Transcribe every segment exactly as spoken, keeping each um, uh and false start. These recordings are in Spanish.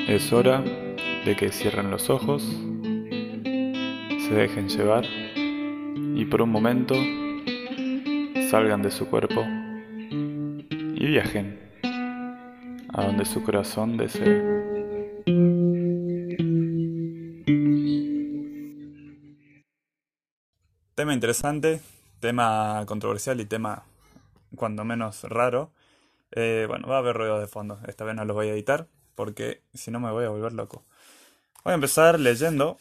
Es hora de que cierren los ojos, se dejen llevar y por un momento salgan de su cuerpo y viajen a donde su corazón desee. Tema interesante, tema controversial y tema cuando menos raro. Eh, bueno, va a haber ruidos de fondo, esta vez no los voy a editar porque si no me voy a volver loco. Voy a empezar leyendo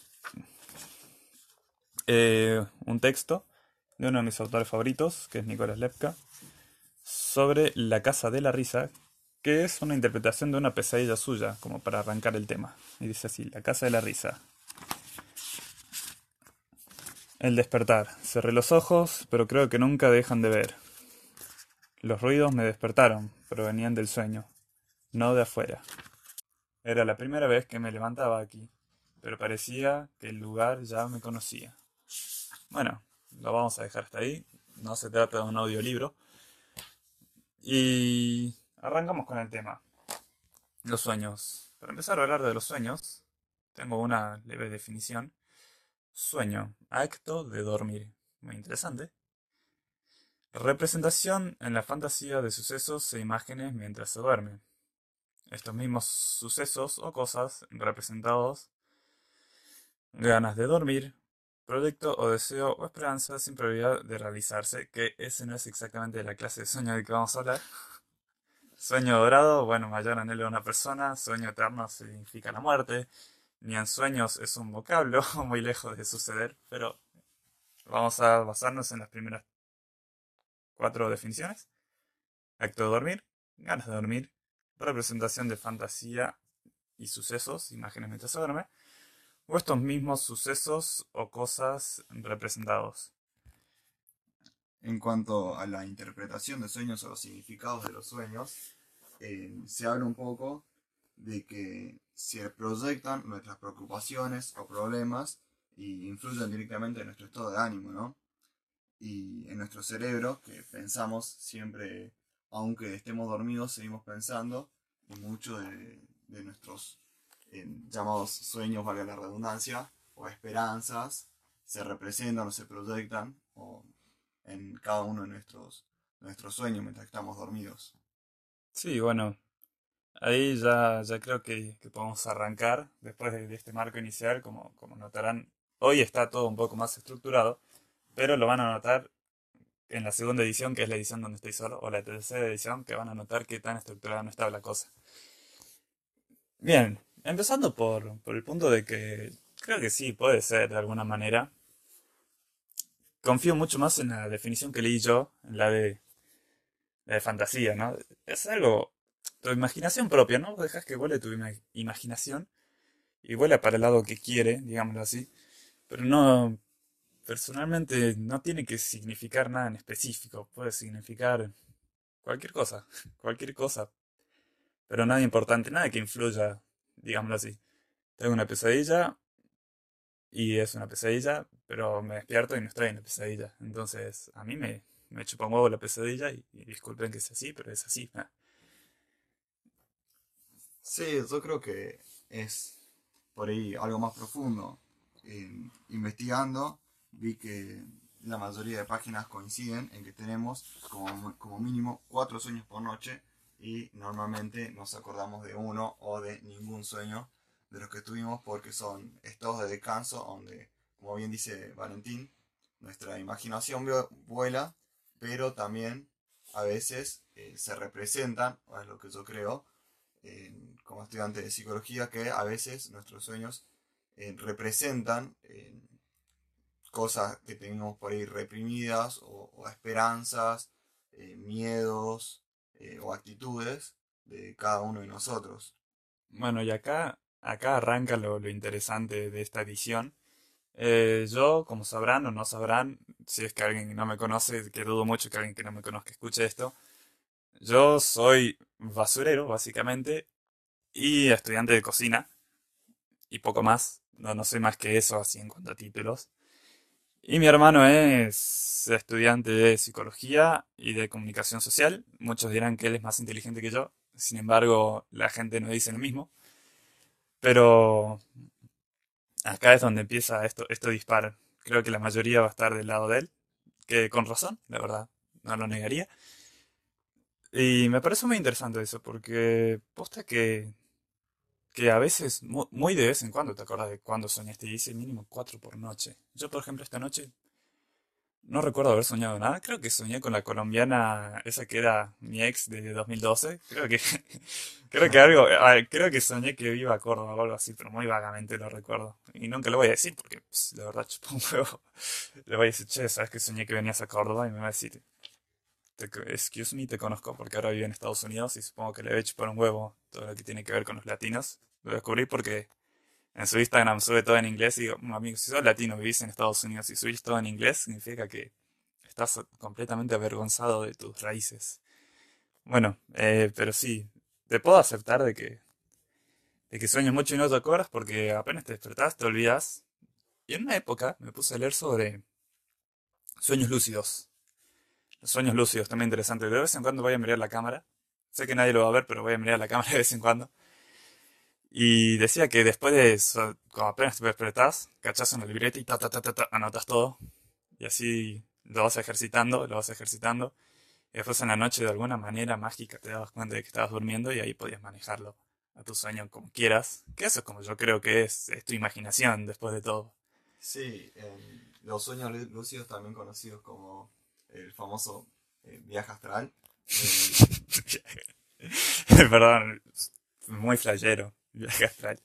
eh, un texto de uno de mis autores favoritos, que es Nicolás Lepka, sobre La Casa de la Risa, que es una interpretación de una pesadilla suya, como para arrancar el tema. Y dice así, La Casa de la Risa. El despertar. Cerré los ojos, pero creo que nunca dejan de ver. Los ruidos me despertaron, pero venían del sueño, no de afuera. Era la primera vez que me levantaba aquí, pero parecía que el lugar ya me conocía. Bueno, lo vamos a dejar hasta ahí. No se trata de un audiolibro. Y arrancamos con el tema. Los sueños. Para empezar a hablar de los sueños, tengo una leve definición. Sueño, acto de dormir. Muy interesante. Representación en la fantasía de sucesos e imágenes mientras se duerme. Estos mismos sucesos o cosas representados, ganas de dormir, proyecto o deseo o esperanza sin prioridad de realizarse, que ese no es exactamente la clase de sueño de que vamos a hablar. Sueño dorado, bueno, mayor anhelo de una persona, sueño eterno significa la muerte, ni en sueños es un vocablo, muy lejos de suceder, pero vamos a basarnos en las primeras cuatro definiciones. Acto de dormir, ganas de dormir, representación de fantasía y sucesos, imágenes mientras se duerme, o estos mismos sucesos o cosas representados. En cuanto a la interpretación de sueños o los significados de los sueños, eh, se habla un poco de que se proyectan nuestras preocupaciones o problemas y influyen directamente en nuestro estado de ánimo, ¿no? Y en nuestro cerebro, que pensamos siempre, aunque estemos dormidos, seguimos pensando, y muchos de, de nuestros eh, llamados sueños, valga la redundancia, o esperanzas, se representan o se proyectan o en cada uno de nuestros, nuestros sueños mientras estamos dormidos. Sí, bueno, ahí ya, ya creo que, que podemos arrancar después de, de este marco inicial, como, como notarán, hoy está todo un poco más estructurado, pero lo van a notar en la segunda edición, que es la edición donde estoy solo, o la tercera edición, que van a notar qué tan estructurada no estaba la cosa. Bien, empezando por, por el punto de que creo que sí, puede ser de alguna manera. Confío mucho más en la definición que leí yo, en la de, la de fantasía, ¿no? Es algo, tu imaginación propia, ¿no? Dejas que vuele tu ima- imaginación y vuela para el lado que quiere, digámoslo así, pero no, personalmente no tiene que significar nada en específico, puede significar cualquier cosa, cualquier cosa, pero nada importante, nada que influya, digámoslo así. Tengo una pesadilla y es una pesadilla, pero me despierto y no estoy en la pesadilla. Entonces, a mí me, me chupa un huevo la pesadilla y, y disculpen que sea así, pero es así. Ah. Sí, yo creo que es por ahí algo más profundo. Eh, investigando, vi que la mayoría de páginas coinciden en que tenemos como, como mínimo cuatro sueños por noche y normalmente nos acordamos de uno o de ningún sueño de los que tuvimos porque son estados de descanso donde, como bien dice Valentín, nuestra imaginación vuela, pero también a veces eh, se representan, o es lo que yo creo, eh, como estudiante de psicología, que a veces nuestros sueños eh, representan eh, cosas que tenemos por ahí reprimidas o, o esperanzas, eh, miedos eh, o actitudes de cada uno de nosotros. Bueno, y acá, acá arranca lo, lo interesante de esta edición. Eh, yo, como sabrán o no sabrán, si es que alguien no me conoce, que dudo mucho que alguien que no me conozca escuche esto, yo soy basurero, básicamente, y estudiante de cocina, y poco más. No, no soy más que eso, así en cuanto a títulos. Y mi hermano es estudiante de psicología y de comunicación social. Muchos dirán que él es más inteligente que yo. Sin embargo, la gente no dice lo mismo. Pero acá es donde empieza esto, esto dispara. Creo que la mayoría va a estar del lado de él, que con razón, la verdad, no lo negaría. Y me parece muy interesante eso, porque posta que, que a veces, mu- muy de vez en cuando, te acuerdas de cuando soñaste y dice mínimo cuatro por noche. Yo, por ejemplo, esta noche no recuerdo haber soñado nada. Creo que soñé con la colombiana, esa que era mi ex de dos mil doce. Creo que, creo que algo, ah, creo que soñé que iba a Córdoba o algo así, pero muy vagamente lo recuerdo. Y nunca lo voy a decir porque, pues, la verdad, chupo un huevo. Le voy a decir, che, ¿sabes que soñé que venías a Córdoba? Y me va a decir, te co- excuse me, te conozco porque ahora vivo en Estados Unidos y supongo que le voy a chupar un huevo todo lo que tiene que ver con los latinos. Lo descubrí porque en su Instagram sube todo en inglés y digo, "Mm, amigo, si sos latino, vivís en Estados Unidos y subís todo en inglés, significa que estás completamente avergonzado de tus raíces. Bueno, eh, pero sí, te puedo aceptar de que, de que sueñas mucho y no te acuerdas porque apenas te despertás, te olvidas. Y en una época me puse a leer sobre sueños lúcidos. Los sueños lúcidos, también interesante. De vez en cuando voy a mirar la cámara. Sé que nadie lo va a ver, pero voy a mirar la cámara de vez en cuando. Y decía que después de eso, cuando apenas te despertás, cachás en la libreta y ta, ta, ta, ta, ta, anotas todo. Y así lo vas ejercitando, lo vas ejercitando. Y después en la noche de alguna manera mágica te dabas cuenta de que estabas durmiendo y ahí podías manejarlo a tu sueño como quieras. Que eso es como yo creo que es, es tu imaginación después de todo. Sí, em, los sueños lú- lúcidos, también conocidos como el famoso eh, viaje astral. em, Perdón, muy flashero. Viaje astral.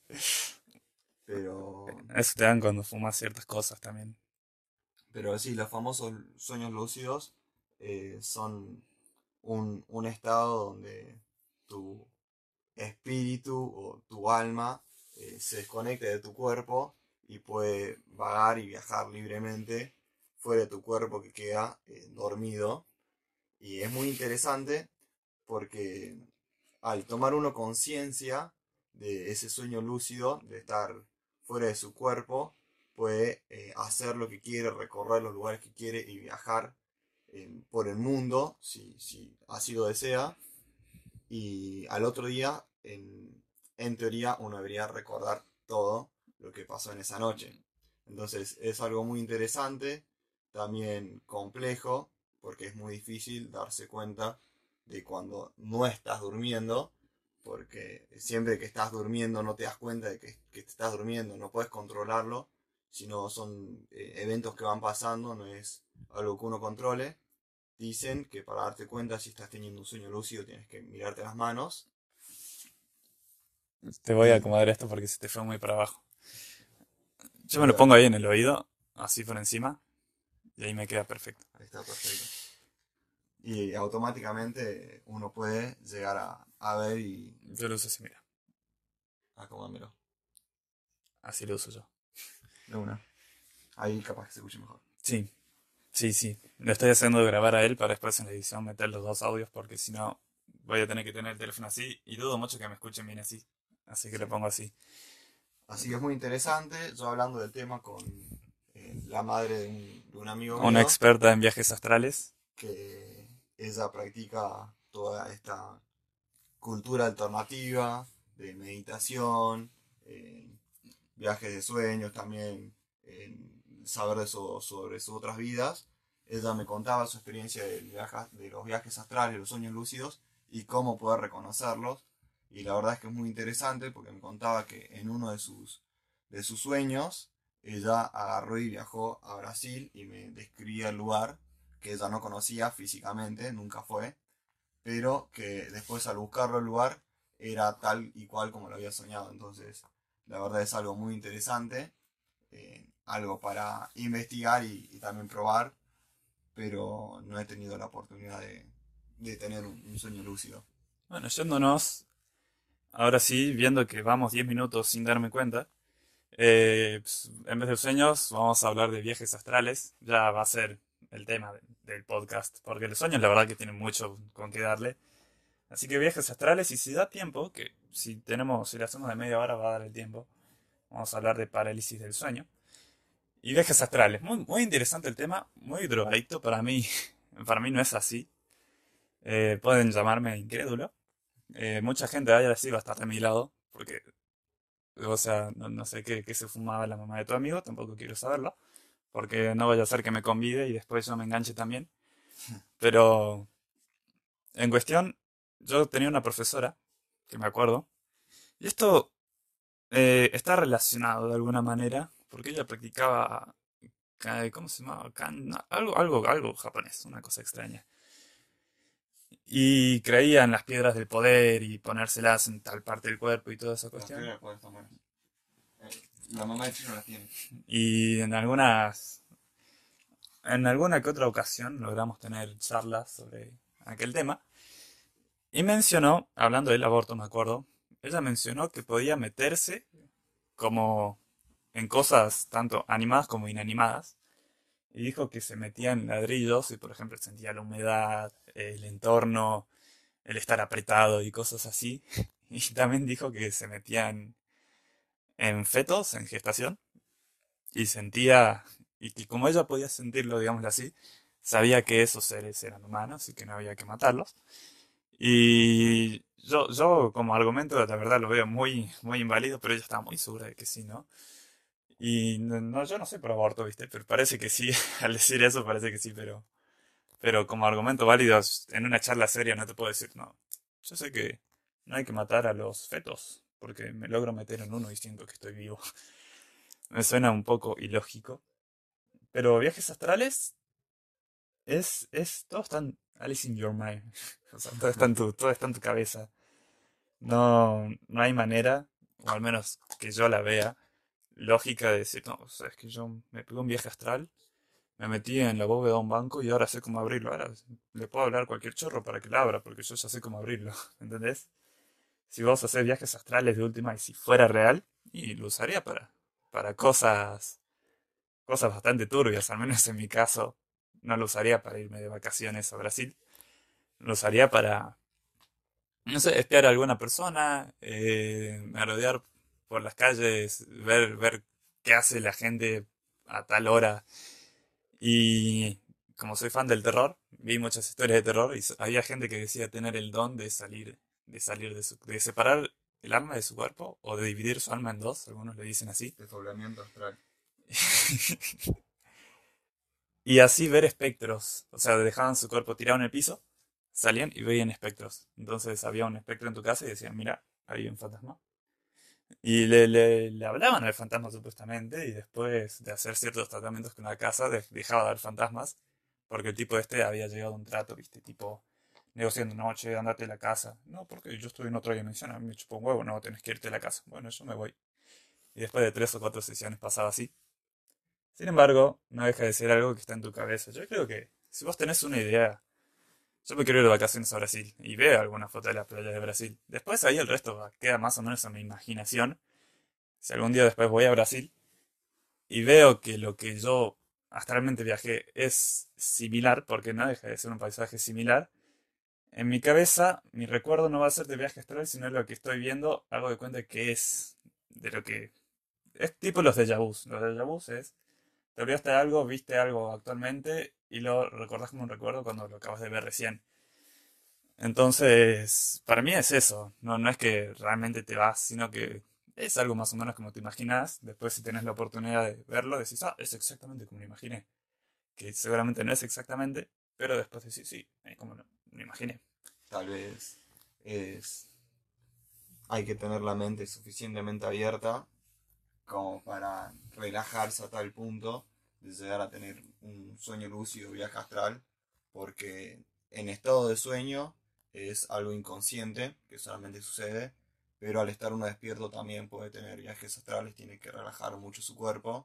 pero, Eso te dan cuando fumas ciertas cosas también. pero sí, los famosos sueños lúcidos eh, son un, un estado donde tu espíritu o tu alma eh, se desconecta de tu cuerpo y puede vagar y viajar libremente fuera de tu cuerpo que queda eh, dormido. Y es muy interesante porque al tomar uno conciencia de ese sueño lúcido, de estar fuera de su cuerpo, puede eh, hacer lo que quiere, recorrer los lugares que quiere y viajar eh, por el mundo, si, si así lo desea. Y al otro día, en, en teoría, uno debería recordar todo lo que pasó en esa noche. Entonces es algo muy interesante, también complejo, porque es muy difícil darse cuenta de cuando no estás durmiendo, porque siempre que estás durmiendo no te das cuenta de que, que te estás durmiendo, no puedes controlarlo, sino son eh, eventos que van pasando, no es algo que uno controle. Dicen que para darte cuenta si estás teniendo un sueño lúcido tienes que mirarte las manos Te voy a y, acomodar esto porque se te fue muy para abajo. Yo me y lo bueno, pongo ahí en el oído, así por encima, y ahí me queda perfecto. ahí está perfecto. Y automáticamente uno puede llegar a, a ver y Yo lo uso así, mira. acomodármelo Así lo uso yo. de una. Ahí capaz que se escuche mejor. Sí, sí, sí. Lo estoy haciendo de grabar a él para después en la edición meter los dos audios porque si no voy a tener que tener el teléfono así y dudo mucho que me escuchen bien así. Así que lo Sí. pongo así. Así que es muy interesante. Yo hablando del tema con eh, la madre de un, de un amigo Una mío, experta en viajes astrales. que ella practica toda esta cultura alternativa de meditación, eh, viajes de sueños, también en saber de so- sobre sus otras vidas. Ella me contaba su experiencia de, viaja- de los viajes astrales, los sueños lúcidos y cómo poder reconocerlos. Y la verdad es que es muy interesante porque me contaba que en uno de sus, de sus sueños ella agarró y viajó a Brasil y me describía el lugar que ella no conocía físicamente, nunca fue, pero que después al buscarlo el lugar era tal y cual como lo había soñado. Entonces, la verdad es algo muy interesante, eh, algo para investigar y, y también probar, pero no he tenido la oportunidad de, de tener un, un sueño lúcido. Bueno, yéndonos, ahora sí, viendo que vamos diez minutos sin darme cuenta. Eh, pues, en vez de sueños, vamos a hablar de viajes astrales. Ya va a ser el tema de- del podcast. Porque los sueños, la verdad, que tienen mucho con qué darle. Así que viajes astrales, y si da tiempo, que si tenemos, si le hacemos de media hora va a dar el tiempo, vamos a hablar de parálisis del sueño. Y viajes astrales. Muy, muy interesante el tema, muy drogadicto para mí. Para mí no es así. Eh, pueden llamarme incrédulo. Eh, mucha gente ahí así va a estar de mi lado, porque O sea, no, no sé qué, qué se fumaba la mamá de tu amigo, tampoco quiero saberlo, porque no vaya a ser que me convide y después yo me enganche también. Pero en cuestión, yo tenía una profesora, que me acuerdo, y esto eh, está relacionado de alguna manera, porque ella practicaba, ka- ¿cómo se llamaba? Kan- no, algo, algo, algo japonés, una cosa extraña. Y creía en las piedras del poder y ponérselas en tal parte del cuerpo y toda esa Las cuestión. piedras pueden estar buenas. Eh, la mamá de Chino las tiene. Y en algunas, en alguna que otra ocasión logramos tener charlas sobre aquel tema. Y mencionó, hablando del aborto, me acuerdo, ella mencionó que podía meterse como en cosas tanto animadas como inanimadas. Y dijo que se metía en ladrillos y, por ejemplo, sentía la humedad, el entorno, el estar apretado y cosas así. Y también dijo que se metían en fetos, en gestación, y sentía, y que como ella podía sentirlo, digámoslo así, sabía que esos seres eran humanos y que no había que matarlos. Y yo, yo como argumento, la verdad lo veo muy, muy inválido, pero ella estaba muy segura de que sí, ¿no? Y no, no, yo no sé por aborto, ¿viste? Pero parece que sí, al decir eso parece que sí, pero, pero como argumento válido en una charla seria no te puedo decir, no. Yo sé que no hay que matar a los fetos, porque me logro meter en uno y siento que estoy vivo. Me suena un poco ilógico. Pero viajes astrales es, es, todo está en Alice in your mind. O sea, todo está en tu, todo está en tu cabeza. No, no hay manera, o al menos que yo la vea, lógica de decir, no, o sea, es que yo me pegué un viaje astral, me metí en la bóveda de un banco y ahora sé cómo abrirlo. Ahora le puedo hablar a cualquier chorro para que lo abra, porque yo ya sé cómo abrirlo. ¿Entendés? Si vos haces viajes astrales de última y si fuera real, y lo usaría para, para cosas, cosas bastante turbias, al menos en mi caso, no lo usaría para irme de vacaciones a Brasil, lo usaría para, no sé, espiar a alguna persona, eh, merodear por las calles, ver, ver qué hace la gente a tal hora. Y como soy fan del terror, vi muchas historias de terror y s- había gente que decía tener el don de salir, de salir de su, de separar el alma de su cuerpo o de dividir su alma en dos, algunos le dicen así. Desdoblamiento astral. Y así ver espectros. O sea, dejaban su cuerpo tirado en el piso, salían y veían espectros. Entonces había un espectro en tu casa y decían, mira, hay un fantasma. Y le, le, le hablaban al fantasma supuestamente y después de hacer ciertos tratamientos con la casa de- dejaba de haber fantasmas porque el tipo este había llegado a un trato, viste, tipo negociando, no, che, andate de la casa. No, porque yo estoy en otra dimensión, a mí me chupó un huevo, no, tenés que irte de la casa. Bueno, yo me voy. Y después de tres o cuatro sesiones pasaba así. Sin embargo, no deja de ser algo que está en tu cabeza. Yo creo que si vos tenés una idea, yo me quiero ir de vacaciones a Brasil y veo alguna foto de las playas de Brasil. Después ahí el resto va- queda más o menos a mi imaginación. Si algún día después voy a Brasil y veo que lo que yo astralmente viajé es similar, porque no deja de ser un paisaje similar, en mi cabeza mi recuerdo no va a ser de viaje astral, sino lo que estoy viendo, hago de cuenta que es de lo que... Es tipo los déjà vus. Los déjà vus es, te olvidaste de algo, viste algo actualmente y lo recordás como un recuerdo cuando lo acabas de ver recién. Entonces, para mí es eso. No, no es que realmente te vas, sino que es algo más o menos como te imaginas. Después, si tenés la oportunidad de verlo, decís, ah, es exactamente como lo imaginé. Que seguramente no es exactamente, pero después decís, sí, es como lo, lo imaginé. Tal vez es, hay que tener la mente suficientemente abierta como para relajarse a tal punto de llegar a tener un sueño lúcido, viaje astral, porque en estado de sueño es algo inconsciente que solamente sucede, pero al estar uno despierto también puede tener viajes astrales, tiene que relajar mucho su cuerpo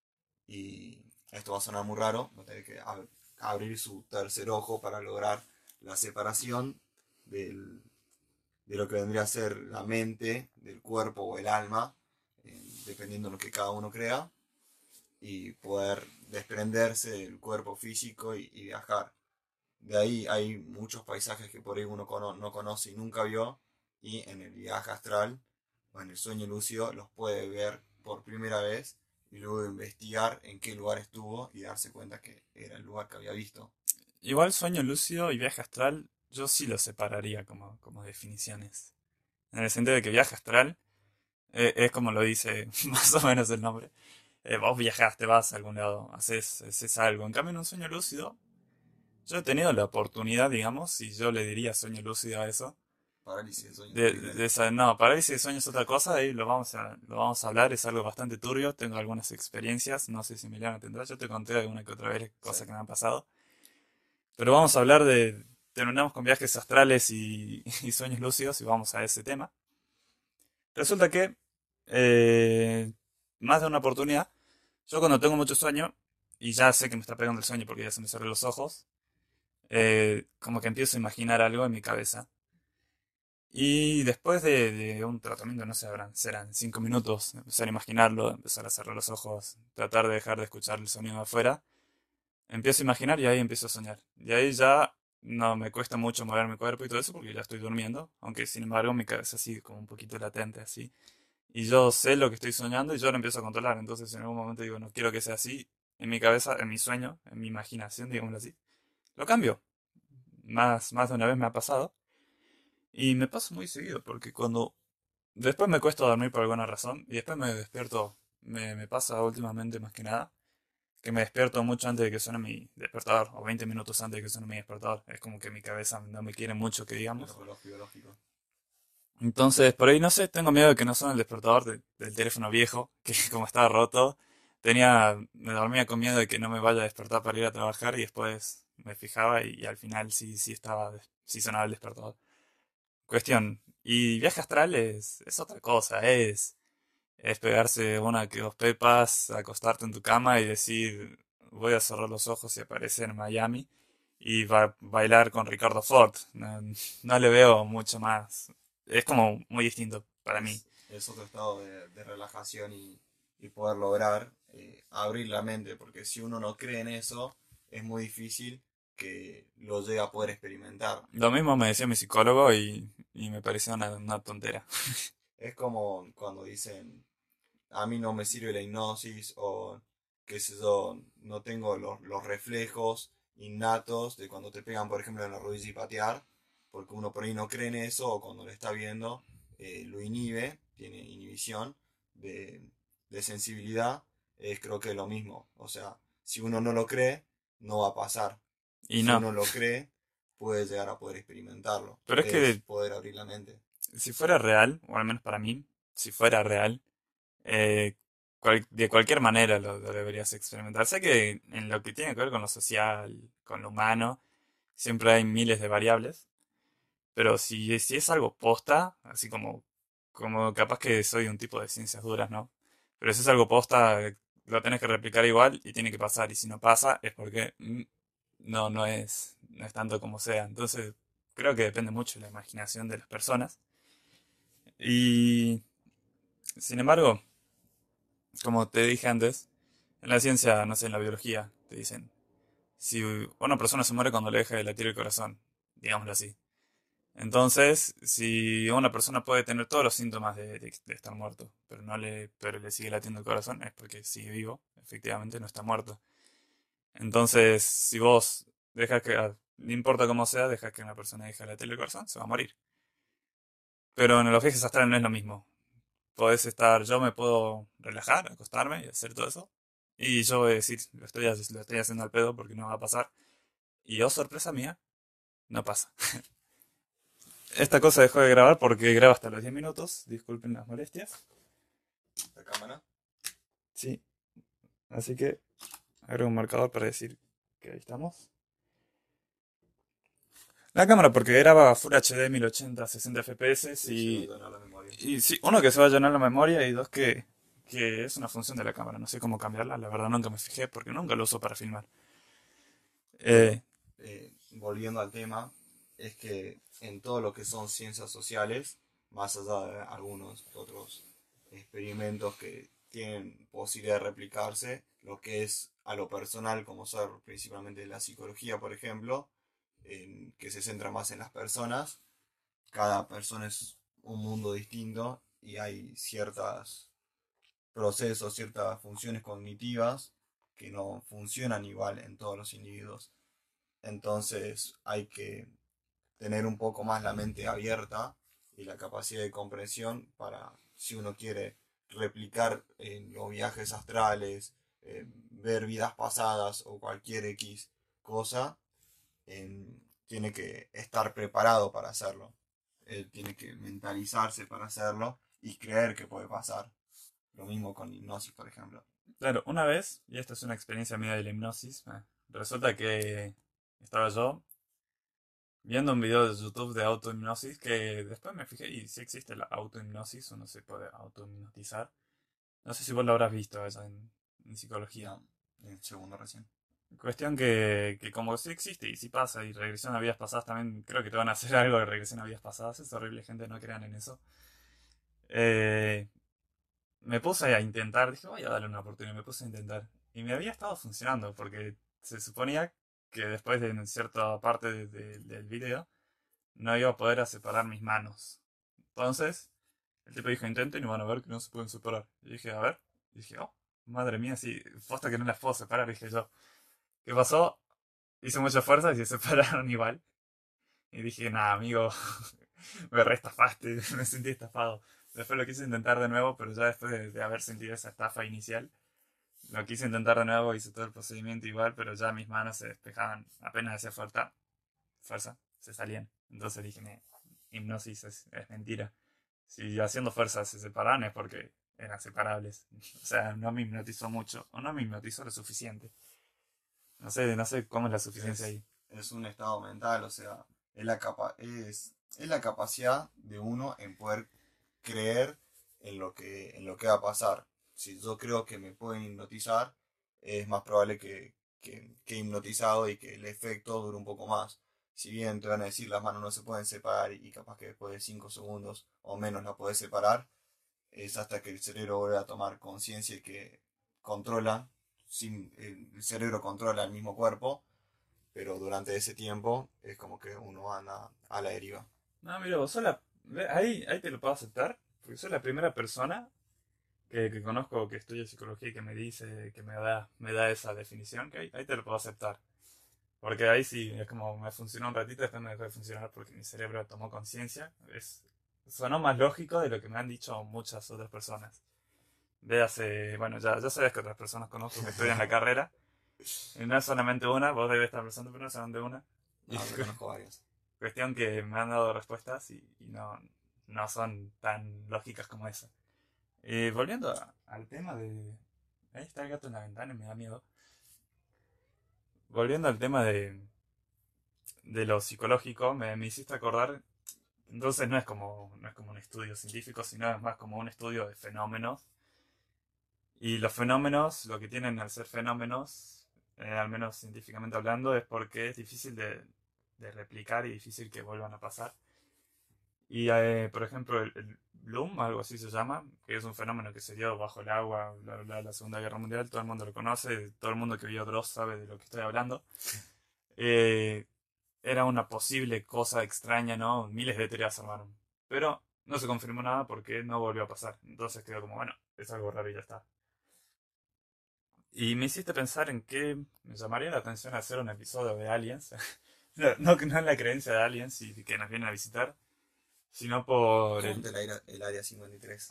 y esto va a sonar muy raro, va a tener que ab- abrir su tercer ojo para lograr la separación del, de lo que vendría a ser la mente, del cuerpo o el alma, eh, dependiendo de lo que cada uno crea, y poder desprenderse del cuerpo físico y, y viajar. De ahí hay muchos paisajes que por ahí uno cono- no conoce y nunca vio, y en el viaje astral o en el sueño lúcido los puede ver por primera vez y luego investigar en qué lugar estuvo y darse cuenta que era el lugar que había visto. Igual sueño lúcido y viaje astral, yo sí lo separaría como, como definiciones. En el sentido de que viaje astral Eh, es como lo dice más o menos el nombre. Eh, vos viajaste, vas a algún lado, haces, haces algo. En cambio, en un sueño lúcido, yo he tenido la oportunidad, digamos, y yo le diría sueño lúcido a eso. Parálisis de sueño, De, literal. de esa, no, parálisis de sueño es otra cosa, ahí lo vamos a, lo vamos a hablar, es algo bastante turbio, tengo algunas experiencias, no sé si Emiliano tendrá, yo te conté alguna que otra vez Sí. cosas que me han pasado, pero vamos a hablar de, terminamos con viajes astrales y, y sueños lúcidos y vamos a ese tema. Resulta que, eh, más de una oportunidad, yo cuando tengo mucho sueño, y ya sé que me está pegando el sueño porque ya se me cerré los ojos, eh, como que empiezo a imaginar algo en mi cabeza. Y después de, de un tratamiento, no sé, habrán, serán cinco minutos, empezar a imaginarlo, empezar a cerrar los ojos, tratar de dejar de escuchar el sonido de afuera, empiezo a imaginar y ahí empiezo a soñar. Y ahí ya no me cuesta mucho mover mi cuerpo y todo eso porque ya estoy durmiendo, aunque sin embargo mi cabeza sigue como un poquito latente así. Y yo sé lo que estoy soñando y yo lo empiezo a controlar. Entonces en algún momento digo, no quiero que sea así. En mi cabeza, en mi sueño, en mi imaginación, digámoslo así. Lo cambio. Más, más de una vez me ha pasado. Y me pasa muy seguido porque cuando después me cuesta dormir por alguna razón y después me despierto, me, me pasa últimamente más que nada, que me despierto mucho antes de que suene mi despertador o veinte minutos antes de que suene mi despertador. Es como que mi cabeza no me quiere mucho que El digamos. reloj biológico. Entonces, por ahí no sé, tengo miedo de que no suene el despertador de- del teléfono viejo, que como estaba roto, tenía, me dormía con miedo de que no me vaya a despertar para ir a trabajar y después me fijaba y, y al final sí, sí estaba, des- sí sonaba el despertador. Cuestión, y viaje astral es, es otra cosa, es, es pegarse una que dos pepas, acostarte en tu cama y decir, voy a cerrar los ojos y aparecer en Miami y ba- bailar con Ricardo Ford. No, no le veo mucho más. Es como muy distinto para mí. Es, es otro estado de, de relajación y, y poder lograr eh, abrir la mente, porque si uno no cree en eso, es muy difícil que lo llegue a poder experimentar. Lo mismo me decía mi psicólogo y, y me pareció una, una tontera. Es como cuando dicen, a mí no me sirve la hipnosis o qué sé yo, no tengo los, los reflejos innatos de cuando te pegan, por ejemplo, en la rodilla y patear, porque uno por ahí no cree en eso o cuando lo está viendo eh, lo inhibe, tiene inhibición de, de sensibilidad, es creo que es lo mismo. O sea, si uno no lo cree, no va a pasar. Y Si no. uno lo cree, puede llegar a poder experimentarlo. Pero es Es que poder abrir la mente. si fuera real, o al menos para mí, si fuera real, eh, cual- de cualquier manera lo, lo deberías experimentar. Sé que en lo que tiene que ver con lo social, con lo humano, siempre hay miles de variables, pero si, si es algo posta, así como, como capaz que soy un tipo de ciencias duras, ¿no? Pero si es algo posta, eh, lo tenés que replicar igual y tiene que pasar, y si no pasa es porque mm, no, no es, no es tanto como sea. Entonces, creo que depende mucho de la imaginación de las personas. Y, sin embargo, como te dije antes, en la ciencia, no sé, en la biología, te dicen, si una persona se muere cuando le deja de latir el corazón, digámoslo así. Entonces, si una persona puede tener todos los síntomas de, de- de estar muerto, pero no le, pero le sigue latiendo el corazón, es porque sigue vivo, efectivamente no está muerto. Entonces, si vos dejas que, ah, no importa cómo sea, dejas que una persona deje de latir el corazón, se va a morir. Pero en los viajes astrales no es lo mismo. Podés estar, yo me puedo relajar, acostarme y hacer todo eso. Y yo voy a decir, lo estoy, ha- lo estoy haciendo al pedo porque no va a pasar. Y oh, sorpresa mía, no pasa. Esta cosa dejó de grabar porque graba hasta los diez minutos. Disculpen las molestias. La cámara. Sí, así que agrego un marcador para decir que ahí estamos. La cámara porque graba Full H D mil ochenta sesenta F P S Sí, se va a y, llenar la memoria. y sí, uno que se va a llenar la memoria y dos que, que es una función de la cámara. No sé cómo cambiarla, la verdad nunca me fijé porque nunca lo uso para filmar. Bueno, Eh, eh, volviendo al tema, es que en todo lo que son ciencias sociales, más allá de algunos otros experimentos que tienen posibilidad de replicarse, lo que es a lo personal, como ser principalmente la psicología, por ejemplo, en- que se centra más en las personas, cada persona es un mundo distinto y hay ciertos procesos, ciertas funciones cognitivas que no funcionan igual en todos los individuos. Entonces hay que tener un poco más la mente abierta y la capacidad de comprensión para si uno quiere replicar en los viajes astrales, eh, ver vidas pasadas o cualquier X cosa, en- tiene que estar preparado para hacerlo. Él tiene que mentalizarse para hacerlo y creer que puede pasar. Lo mismo con hipnosis, por ejemplo. Claro, una vez, y esta es una experiencia mía de la hipnosis, eh, resulta que estaba yo viendo un video de YouTube de autohipnosis que después me fijé y sí existe la autohipnosis, uno se puede autohipnotizar. No sé si vos lo habrás visto allá en, en psicología. No, en el segundo recién. Cuestión que, que como sí existe y sí pasa y regresión a vidas pasadas también creo que te van a hacer algo de regresión a vidas pasadas, es horrible, gente, no crean en eso. Eh, Me puse a intentar, dije voy a darle una oportunidad, me puse a intentar. Y me había estado funcionando porque se suponía que después de una cierta parte de- de- del video no iba a poder separar mis manos. Entonces, el tipo dijo, intenten y van a ver que no se pueden separar. Y dije, a ver. Y dije, oh, madre mía, sí, posta que no las puedo separar, dije yo. ¿Qué pasó? Hice mucha fuerza y se separaron igual. Y dije, nada, amigo, me reestafaste, me sentí estafado. Después lo quise intentar de nuevo, pero ya después de, de haber sentido esa estafa inicial, lo quise intentar de nuevo, hice todo el procedimiento igual, pero ya mis manos se despejaban, apenas hacía fuerza, fuerza, se salían. Entonces dije, "Nee, hipnosis es, es mentira. Si haciendo fuerza se separaban es porque eran separables. O sea, no me hipnotizó mucho, o no me hipnotizó lo suficiente. No sé, no sé cómo es la suficiencia Es, ahí. es un estado mental, o sea, es la, capa es, es la capacidad de uno en poder creer en lo que, en lo que va a pasar. Si yo creo que me pueden hipnotizar, es más probable que, que, que hipnotizado y que el efecto dure un poco más. Si bien te van a decir las manos no se pueden separar y capaz que después de cinco segundos o menos la puedes separar, es hasta que el cerebro vuelve a tomar conciencia y que controla, sin, el cerebro controla el mismo cuerpo, pero durante ese tiempo es como que uno anda a la deriva. No, mira, vos sos la... ve, Ahí, ahí te lo puedo aceptar, porque soy la primera persona que, que conozco que estudia psicología y que me dice, que me da, me da esa definición, que ahí, ahí te lo puedo aceptar. Porque ahí sí, es como me funcionó un ratito, después me dejó de funcionar porque mi cerebro tomó conciencia. Es, sonó más lógico de lo que me han dicho muchas otras personas. Véase, bueno, ya, ya sabes que otras personas conozco que estudian la carrera. Y no es solamente una, vos debes estar pensando, pero no solamente una. Y No, yo conozco varios. cuestión que me han dado respuestas y, y no, no son tan lógicas como esa. Eh, volviendo a- al tema de... Ahí está el gato en la ventana y me da miedo. Volviendo al tema de, de lo psicológico, me, me hiciste acordar. Entonces no es como, no es como un estudio científico, sino es más como un estudio de fenómenos. Y los fenómenos, lo que tienen al ser fenómenos, eh, al menos científicamente hablando, es porque es difícil de, de replicar y difícil que vuelvan a pasar. Y eh, por ejemplo, el, el Bloom, algo así se llama, que es un fenómeno que se dio bajo el agua, bla, bla, bla, la Segunda Guerra Mundial, todo el mundo lo conoce, todo el mundo que vio Dross sabe de lo que estoy hablando. Eh, Era una posible cosa extraña, ¿no? Miles de teorías se armaron. Pero no se confirmó nada porque no volvió a pasar. Entonces quedó como, bueno, es algo raro y ya está. Y me hiciste pensar en que me llamaría la atención hacer un episodio de Aliens. No, no, no en la creencia de Aliens y que nos vienen a visitar, sino por ¿Cómo el, te el, aire- el área cincuenta y tres?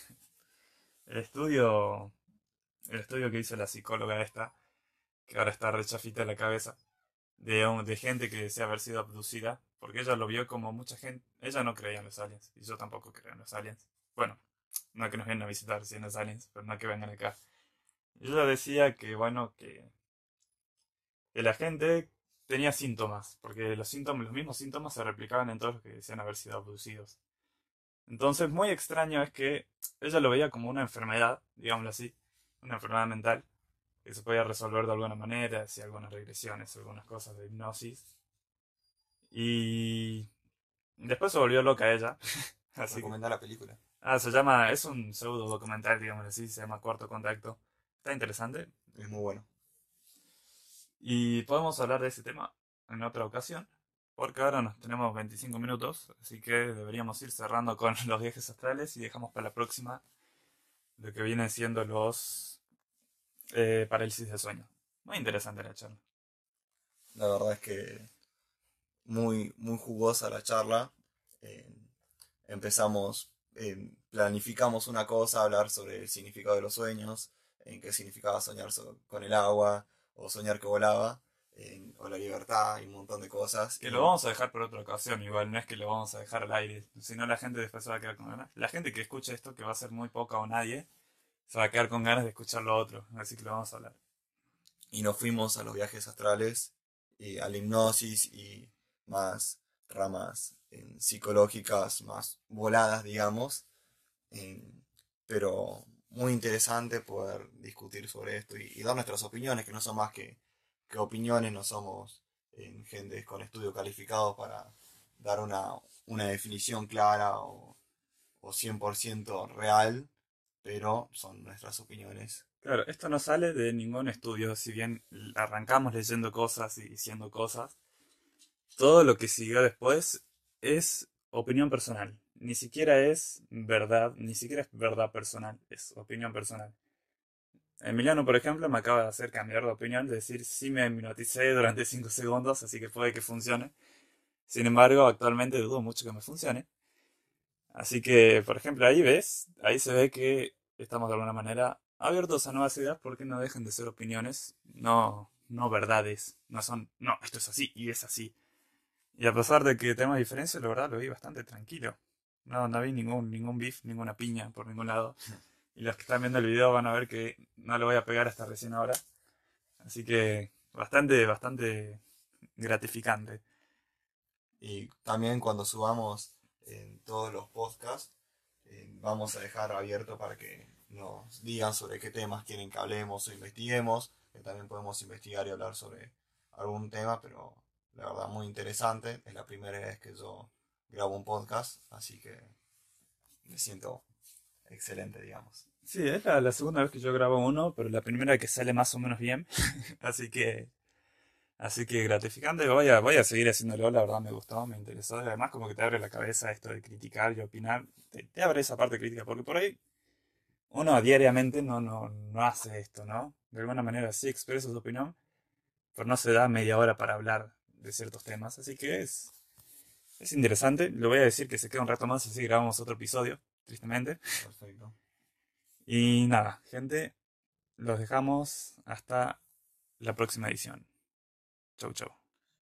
el estudio, el estudio que hizo la psicóloga esta, que ahora está rechafita de la cabeza, de, un- de gente que decía haber sido abducida, porque ella lo vio como mucha gente, ella no creía en los aliens, y yo tampoco creo en los aliens. Bueno, no que nos vengan a visitar si en los aliens, pero no que vengan acá. Y ella decía que, bueno, que, que la gente tenía síntomas, porque los síntomas, los mismos síntomas se replicaban en todos los que decían haber sido abducidos. Entonces, muy extraño es que ella lo veía como una enfermedad, digámoslo así, una enfermedad mental, que se podía resolver de alguna manera, hacía algunas regresiones, algunas cosas de hipnosis. Y después se volvió loca ella, así que... Recomendar la película. Ah, se llama, es un pseudo documental, digamos así, se llama Cuarto Contacto. Está interesante. Es muy bueno. Y podemos hablar de ese tema en otra ocasión, porque ahora nos tenemos veinticinco minutos, así que deberíamos ir cerrando con los viajes astrales y dejamos para la próxima lo que vienen siendo los eh, parálisis de sueño. Muy interesante la charla. La verdad es que muy, muy jugosa la charla. Eh, empezamos, eh, planificamos una cosa, hablar sobre el significado de los sueños, en qué significaba soñar so- con el agua, o soñar que volaba, en- o la libertad, y un montón de cosas. Que lo Y, vamos a dejar por otra ocasión, igual, no es que lo vamos a dejar al aire, si no la gente después se va a quedar con ganas. La gente que escuche esto, que va a ser muy poca o nadie, se va a quedar con ganas de escuchar lo otro, así que lo vamos a hablar. y nos fuimos a los viajes astrales, y a la hipnosis, y más ramas en psicológicas, más voladas, digamos. en- pero muy interesante poder discutir sobre esto y, y dar nuestras opiniones, que no son más que, que opiniones, no somos eh, gente con estudios calificados para dar una, una definición clara o, o cien por ciento real, pero son nuestras opiniones. Claro, esto no sale de ningún estudio, si bien arrancamos leyendo cosas y diciendo cosas, todo lo que siguió después es opinión personal. Ni siquiera es verdad, ni siquiera es verdad personal, es opinión personal. Emiliano, por ejemplo, me acaba de hacer cambiar de opinión, de decir sí me hipnoticé durante cinco segundos, así que puede que funcione. Sin embargo, actualmente dudo mucho que me funcione. Así que, por ejemplo, ahí ves, ahí se ve que estamos de alguna manera abiertos a nuevas ideas porque no dejan de ser opiniones, no, no verdades. No son, no, esto es así y es así. Y a pesar de que tenemos diferencias, la verdad lo vi bastante tranquilo. No, no vi ningún, ningún beef, ninguna piña por ningún lado. Y los que están viendo el video van a ver que no lo voy a pegar hasta recién ahora. Así que bastante, bastante gratificante. Y también cuando subamos en todos los podcasts, eh, vamos a dejar abierto para que nos digan sobre qué temas quieren que hablemos o investiguemos, que también podemos investigar y hablar sobre algún tema, pero la verdad muy interesante. Es la primera vez que yo grabo un podcast, así que me siento excelente, digamos. Sí, es la, la segunda vez que yo grabo uno, pero la primera que sale más o menos bien. Así que, así que gratificante. Voy a, voy a seguir haciéndolo, la verdad me gustó, me interesó. Y además como que te abre la cabeza esto de criticar y opinar. Te, te abre esa parte crítica, porque por ahí uno diariamente no, no, no hace esto, ¿no? De alguna manera sí expresa su opinión, pero no se da media hora para hablar de ciertos temas. Así que es, es interesante. Le voy a decir que se queda un rato más así grabamos otro episodio, tristemente. Perfecto. Y nada, gente, los dejamos hasta la próxima edición. Chau, chau.